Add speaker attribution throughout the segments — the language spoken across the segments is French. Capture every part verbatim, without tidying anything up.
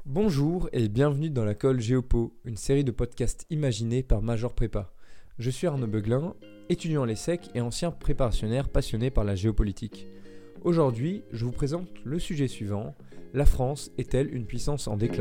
Speaker 1: Bonjour et bienvenue dans la Colle Géopo, une série de podcasts imaginés par Major Prépa. Je suis Arnaud Beuglin, étudiant à l'ESSEC et ancien préparationnaire passionné par la géopolitique. Aujourd'hui, je vous présente le sujet suivant, la France est-elle une puissance en déclin ?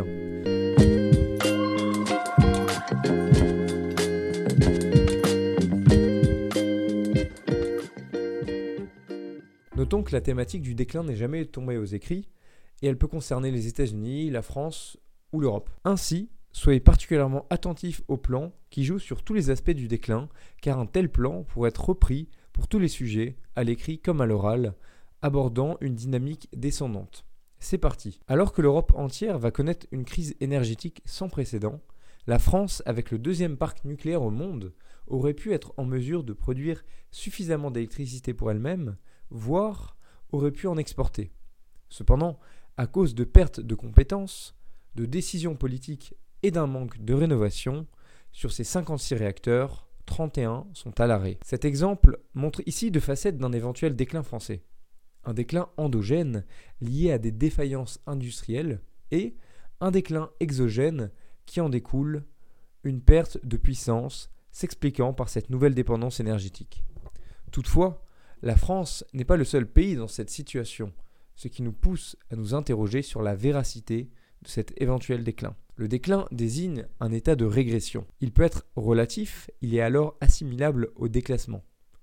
Speaker 1: Notons que la thématique du déclin n'est jamais tombée aux écrits, et elle peut concerner les États-Unis, la France ou l'Europe. Ainsi, soyez particulièrement attentifs au plan qui joue sur tous les aspects du déclin, car un tel plan pourrait être repris pour tous les sujets, à l'écrit comme à l'oral, abordant une dynamique descendante. C'est parti. Alors que l'Europe entière va connaître une crise énergétique sans précédent, la France, avec le deuxième parc nucléaire au monde, aurait pu être en mesure de produire suffisamment d'électricité pour elle-même, voire aurait pu en exporter. Cependant, à cause de pertes de compétences, de décisions politiques et d'un manque de rénovation, sur ces cinquante-six réacteurs, trente et un sont à l'arrêt. Cet exemple montre ici deux facettes d'un éventuel déclin français. Un déclin endogène lié à des défaillances industrielles et un déclin exogène qui en découle une perte de puissance s'expliquant par cette nouvelle dépendance énergétique. Toutefois, la France n'est pas le seul pays dans cette situation, ce qui nous pousse à nous interroger sur la véracité de cet éventuel déclin. Le déclin désigne un état de régression. Il peut être relatif, il est alors assimilable au déclassement.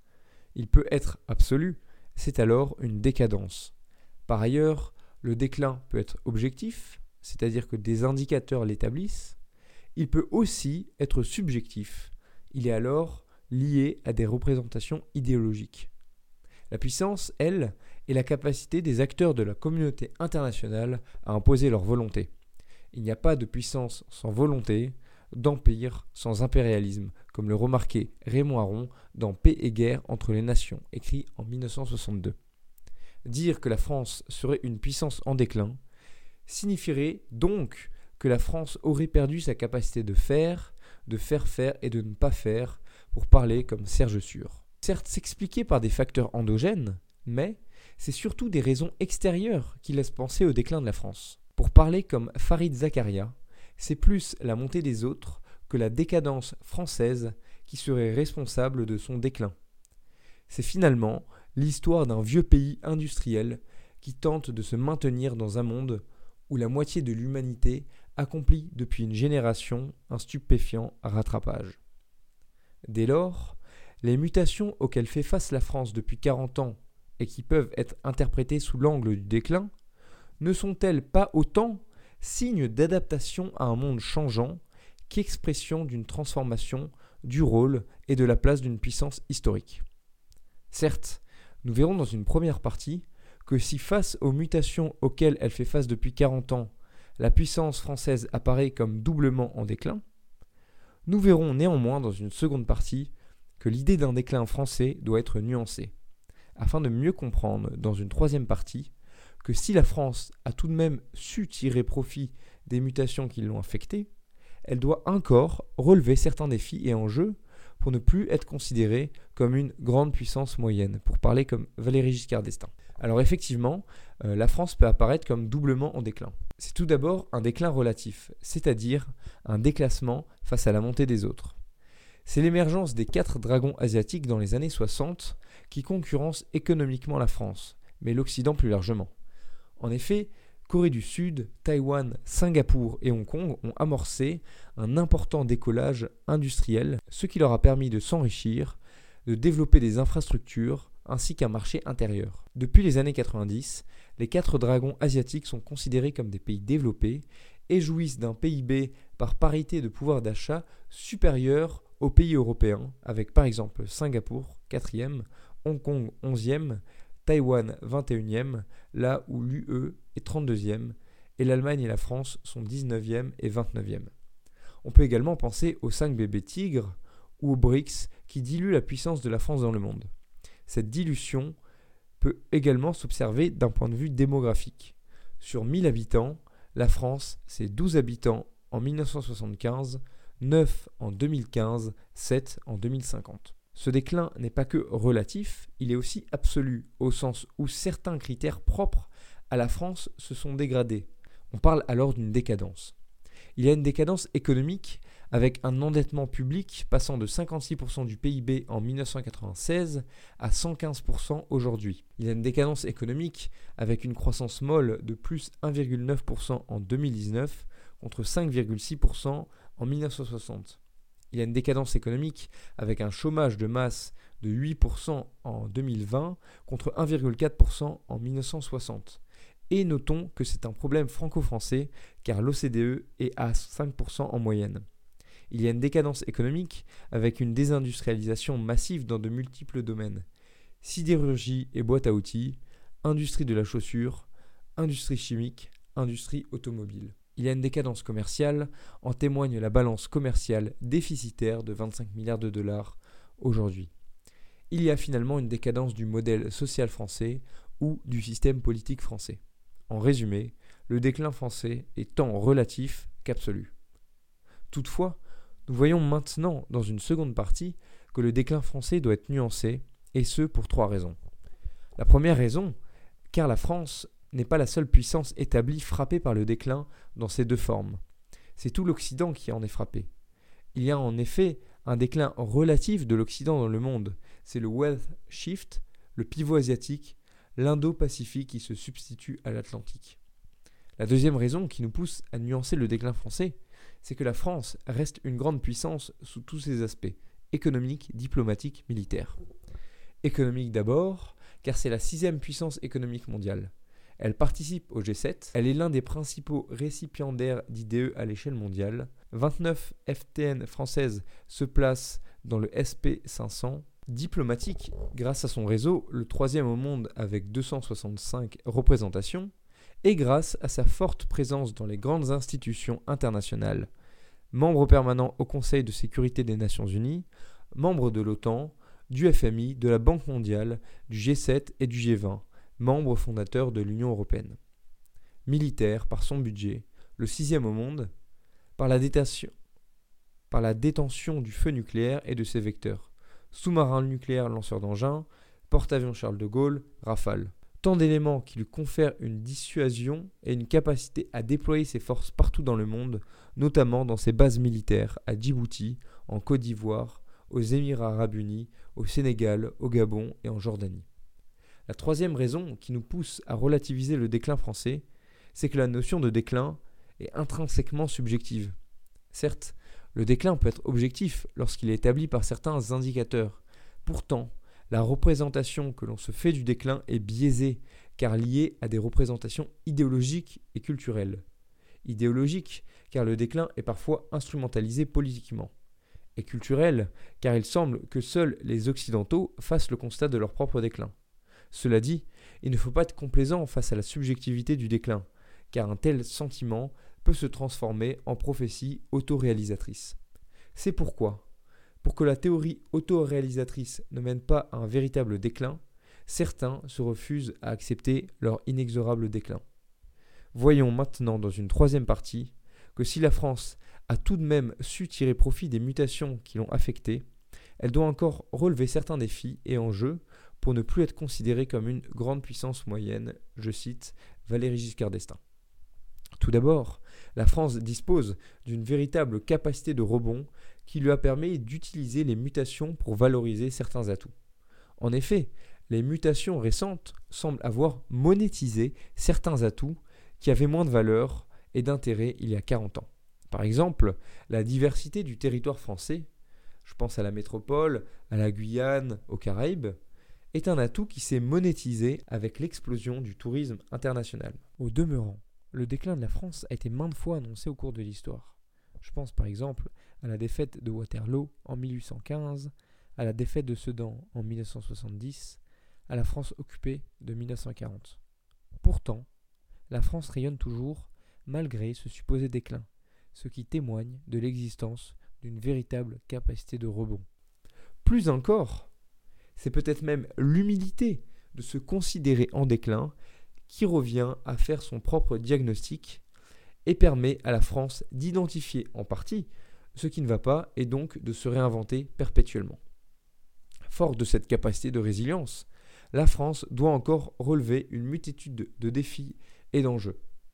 Speaker 1: Il peut être absolu, c'est alors une décadence. Par ailleurs, le déclin peut être objectif, c'est-à-dire que des indicateurs l'établissent. Il peut aussi être subjectif, il est alors lié à des représentations idéologiques. La puissance, elle, est la capacité des acteurs de la communauté internationale à imposer leur volonté. Il n'y a pas de puissance sans volonté, d'empire sans impérialisme, comme le remarquait Raymond Aron dans Paix et guerre entre les nations, écrit en dix-neuf cent soixante-deux. Dire que la France serait une puissance en déclin signifierait donc que la France aurait perdu sa capacité de faire, de faire faire et de ne pas faire, pour parler comme Serge Sûr. Certes s'expliquer par des facteurs endogènes, mais c'est surtout des raisons extérieures qui laissent penser au déclin de la France. Pour parler comme Farid Zakaria, c'est plus la montée des autres que la décadence française qui serait responsable de son déclin. C'est finalement l'histoire d'un vieux pays industriel qui tente de se maintenir dans un monde où la moitié de l'humanité accomplit depuis une génération un stupéfiant rattrapage. Dès lors, les mutations auxquelles fait face la France depuis quarante ans et qui peuvent être interprétées sous l'angle du déclin, ne sont-elles pas autant signes d'adaptation à un monde changeant qu'expression d'une transformation du rôle et de la place d'une puissance historique ? Certes, nous verrons dans une première partie que si face aux mutations auxquelles elle fait face depuis quarante ans, la puissance française apparaît comme doublement en déclin, nous verrons néanmoins dans une seconde partie que l'idée d'un déclin français doit être nuancée, afin de mieux comprendre dans une troisième partie que si la France a tout de même su tirer profit des mutations qui l'ont affectée, elle doit encore relever certains défis et enjeux pour ne plus être considérée comme une grande puissance moyenne, pour parler comme Valéry Giscard d'Estaing. Alors effectivement, euh, la France peut apparaître comme doublement en déclin. C'est tout d'abord un déclin relatif, c'est-à-dire un déclassement face à la montée des autres. C'est l'émergence des quatre dragons asiatiques dans les années soixante qui concurrencent économiquement la France, mais l'Occident plus largement. En effet, Corée du Sud, Taïwan, Singapour et Hong Kong ont amorcé un important décollage industriel, ce qui leur a permis de s'enrichir, de développer des infrastructures ainsi qu'un marché intérieur. Depuis les années quatre-vingt-dix, les quatre dragons asiatiques sont considérés comme des pays développés et jouissent d'un P I B par parité de pouvoir d'achat supérieur aux pays européens, avec par exemple Singapour, quatrième, Hong Kong, onzième, Taïwan, vingt et unième, là où l'U E est trente-deuxième, et l'Allemagne et la France sont dix-neuvième et vingt-neuvième. On peut également penser aux cinq bébés tigres ou aux B R I C S qui diluent la puissance de la France dans le monde. Cette dilution peut également s'observer d'un point de vue démographique. Sur mille habitants, la France, c'est douze habitants en dix-neuf cent soixante-quinze, neuf en deux mille quinze, sept en deux mille cinquante. Ce déclin n'est pas que relatif, il est aussi absolu, au sens où certains critères propres à la France se sont dégradés. On parle alors d'une décadence. Il y a une décadence économique avec un endettement public passant de cinquante-six pour cent du P I B en mille neuf cent quatre-vingt-seize à cent quinze pour cent aujourd'hui. Il y a une décadence économique avec une croissance molle de plus un virgule neuf pour cent en deux mille dix-neuf contre cinq virgule six pour cent en mille neuf cent soixante. Il y a une décadence économique avec un chômage de masse de huit pour cent en deux mille vingt contre un virgule quatre pour cent en mille neuf cent soixante. Et notons que c'est un problème franco-français car l'O C D E est à cinq pour cent en moyenne. Il y a une décadence économique avec une désindustrialisation massive dans de multiples domaines. Sidérurgie et boîte à outils, industrie de la chaussure, industrie chimique, industrie automobile. Il y a une décadence commerciale, en témoigne la balance commerciale déficitaire de vingt-cinq milliards de dollars aujourd'hui. Il y a finalement une décadence du modèle social français ou du système politique français. En résumé, le déclin français est tant relatif qu'absolu. Toutefois, nous voyons maintenant dans une seconde partie que le déclin français doit être nuancé, et ce pour trois raisons. La première raison, car la France n'est pas la seule puissance établie frappée par le déclin dans ces deux formes. C'est tout l'Occident qui en est frappé. Il y a en effet un déclin relatif de l'Occident dans le monde. C'est le wealth shift, le pivot asiatique, l'Indo-Pacifique qui se substitue à l'Atlantique. La deuxième raison qui nous pousse à nuancer le déclin français, c'est que la France reste une grande puissance sous tous ses aspects, économiques, diplomatiques, militaires. Économique d'abord, car c'est la sixième puissance économique mondiale. Elle participe au G sept, elle est l'un des principaux récipiendaires d'I D E à l'échelle mondiale. vingt-neuf F T N françaises se placent dans le S P cinq cents. Diplomatique, grâce à son réseau, le troisième au monde avec deux cent soixante-cinq représentations, et grâce à sa forte présence dans les grandes institutions internationales. Membre permanent au Conseil de sécurité des Nations Unies, membre de l'OTAN, du F M I, de la Banque mondiale, du G sept et du G vingt, membre fondateur de l'Union européenne. Militaire par son budget, le sixième au monde, par la détention, par la détention du feu nucléaire et de ses vecteurs. Sous-marin nucléaire lanceur d'engins, porte-avions Charles de Gaulle, Rafale. Tant d'éléments qui lui confèrent une dissuasion et une capacité à déployer ses forces partout dans le monde, notamment dans ses bases militaires à Djibouti, en Côte d'Ivoire, aux Émirats arabes unis, au Sénégal, au Gabon et en Jordanie. La troisième raison qui nous pousse à relativiser le déclin français, c'est que la notion de déclin est intrinsèquement subjective. Certes, le déclin peut être objectif lorsqu'il est établi par certains indicateurs. Pourtant, la représentation que l'on se fait du déclin est biaisée, car liée à des représentations idéologiques et culturelles. Idéologique, car le déclin est parfois instrumentalisé politiquement. Et culturel, car il semble que seuls les Occidentaux fassent le constat de leur propre déclin. Cela dit, il ne faut pas être complaisant face à la subjectivité du déclin, car un tel sentiment peut se transformer en prophétie autoréalisatrice. C'est pourquoi, pour que la théorie autoréalisatrice ne mène pas à un véritable déclin, certains se refusent à accepter leur inexorable déclin. Voyons maintenant dans une troisième partie que si la France a tout de même su tirer profit des mutations qui l'ont affectée, elle doit encore relever certains défis et enjeux pour ne plus être considérée comme une grande puissance moyenne, je cite Valéry Giscard d'Estaing. Tout d'abord, la France dispose d'une véritable capacité de rebond qui lui a permis d'utiliser les mutations pour valoriser certains atouts. En effet, les mutations récentes semblent avoir monétisé certains atouts qui avaient moins de valeur et d'intérêt il y a quarante ans. Par exemple, la diversité du territoire français, je pense à la métropole, à la Guyane, aux Caraïbes, est un atout qui s'est monétisé avec l'explosion du tourisme international. Au demeurant, le déclin de la France a été maintes fois annoncé au cours de l'histoire. Je pense par exemple à la défaite de Waterloo en mille huit cent quinze, à la défaite de Sedan en mille neuf cent soixante-dix, à la France occupée de mille neuf cent quarante. Pourtant, la France rayonne toujours malgré ce supposé déclin, ce qui témoigne de l'existence d'une véritable capacité de rebond. Plus encore, c'est peut-être même l'humilité de se considérer en déclin qui revient à faire son propre diagnostic et permet à la France d'identifier en partie ce qui ne va pas et donc de se réinventer perpétuellement. Forte de cette capacité de résilience, la France doit encore relever une multitude de défis et d'enjeux.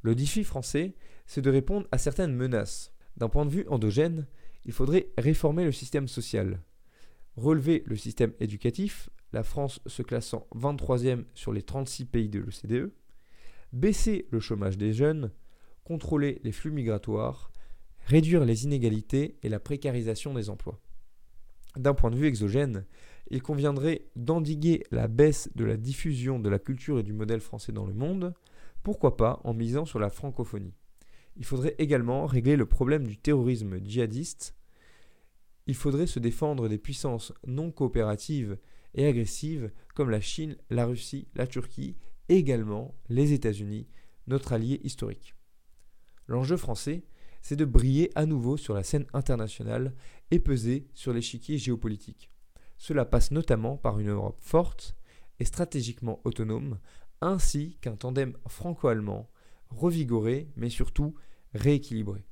Speaker 1: Le défi français, c'est de répondre à certaines menaces. D'un point de vue endogène, il faudrait réformer le système social, relever le système éducatif, la France se classant vingt-troisième sur les trente-six pays de l'O C D E, baisser le chômage des jeunes, contrôler les flux migratoires, réduire les inégalités et la précarisation des emplois. D'un point de vue exogène, il conviendrait d'endiguer la baisse de la diffusion de la culture et du modèle français dans le monde, pourquoi pas en misant sur la francophonie. Il faudrait également régler le problème du terrorisme djihadiste. Il faudrait se défendre des puissances non coopératives et agressives comme la Chine, la Russie, la Turquie et également les États-Unis, notre allié historique. L'enjeu français, c'est de briller à nouveau sur la scène internationale et peser sur l'échiquier géopolitique. Cela passe notamment par une Europe forte et stratégiquement autonome, ainsi qu'un tandem franco-allemand revigoré, mais surtout rééquilibré.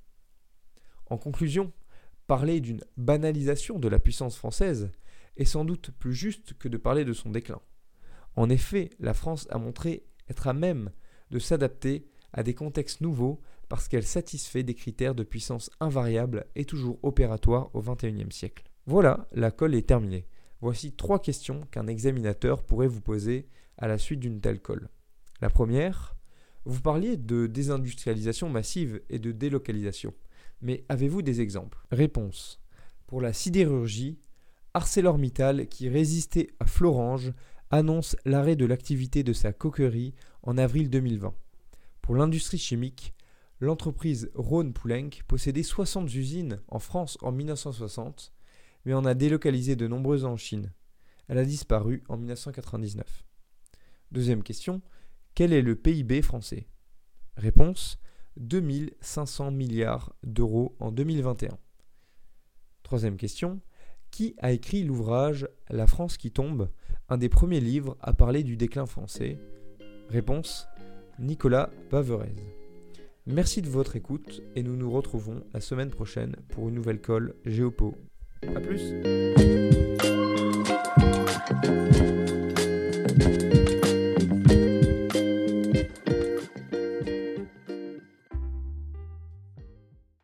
Speaker 1: En conclusion, parler d'une banalisation de la puissance française est sans doute plus juste que de parler de son déclin. En effet, la France a montré être à même de s'adapter à des contextes nouveaux parce qu'elle satisfait des critères de puissance invariable et toujours opératoires au vingt et unième siècle. Voilà, la colle est terminée. Voici trois questions qu'un examinateur pourrait vous poser à la suite d'une telle colle. La première, vous parliez de désindustrialisation massive et de délocalisation, mais avez-vous des exemples ? Réponse. Pour la sidérurgie, ArcelorMittal, qui résistait à Florange, annonce l'arrêt de l'activité de sa coquerie en avril deux mille vingt. Pour l'industrie chimique, l'entreprise Rhône-Poulenc possédait soixante usines en France en mille neuf cent soixante, mais en a délocalisé de nombreuses en Chine. Elle a disparu en mille neuf cent quatre-vingt-dix-neuf. Deuxième question, quel est le P I B français ? Réponse, deux mille cinq cents milliards d'euros en deux mille vingt et un. Troisième question, qui a écrit l'ouvrage « La France qui tombe », un des premiers livres à parler du déclin français ? Réponse, Nicolas Baverez. Merci de votre écoute et nous nous retrouvons la semaine prochaine pour une nouvelle colle Géopo. A plus.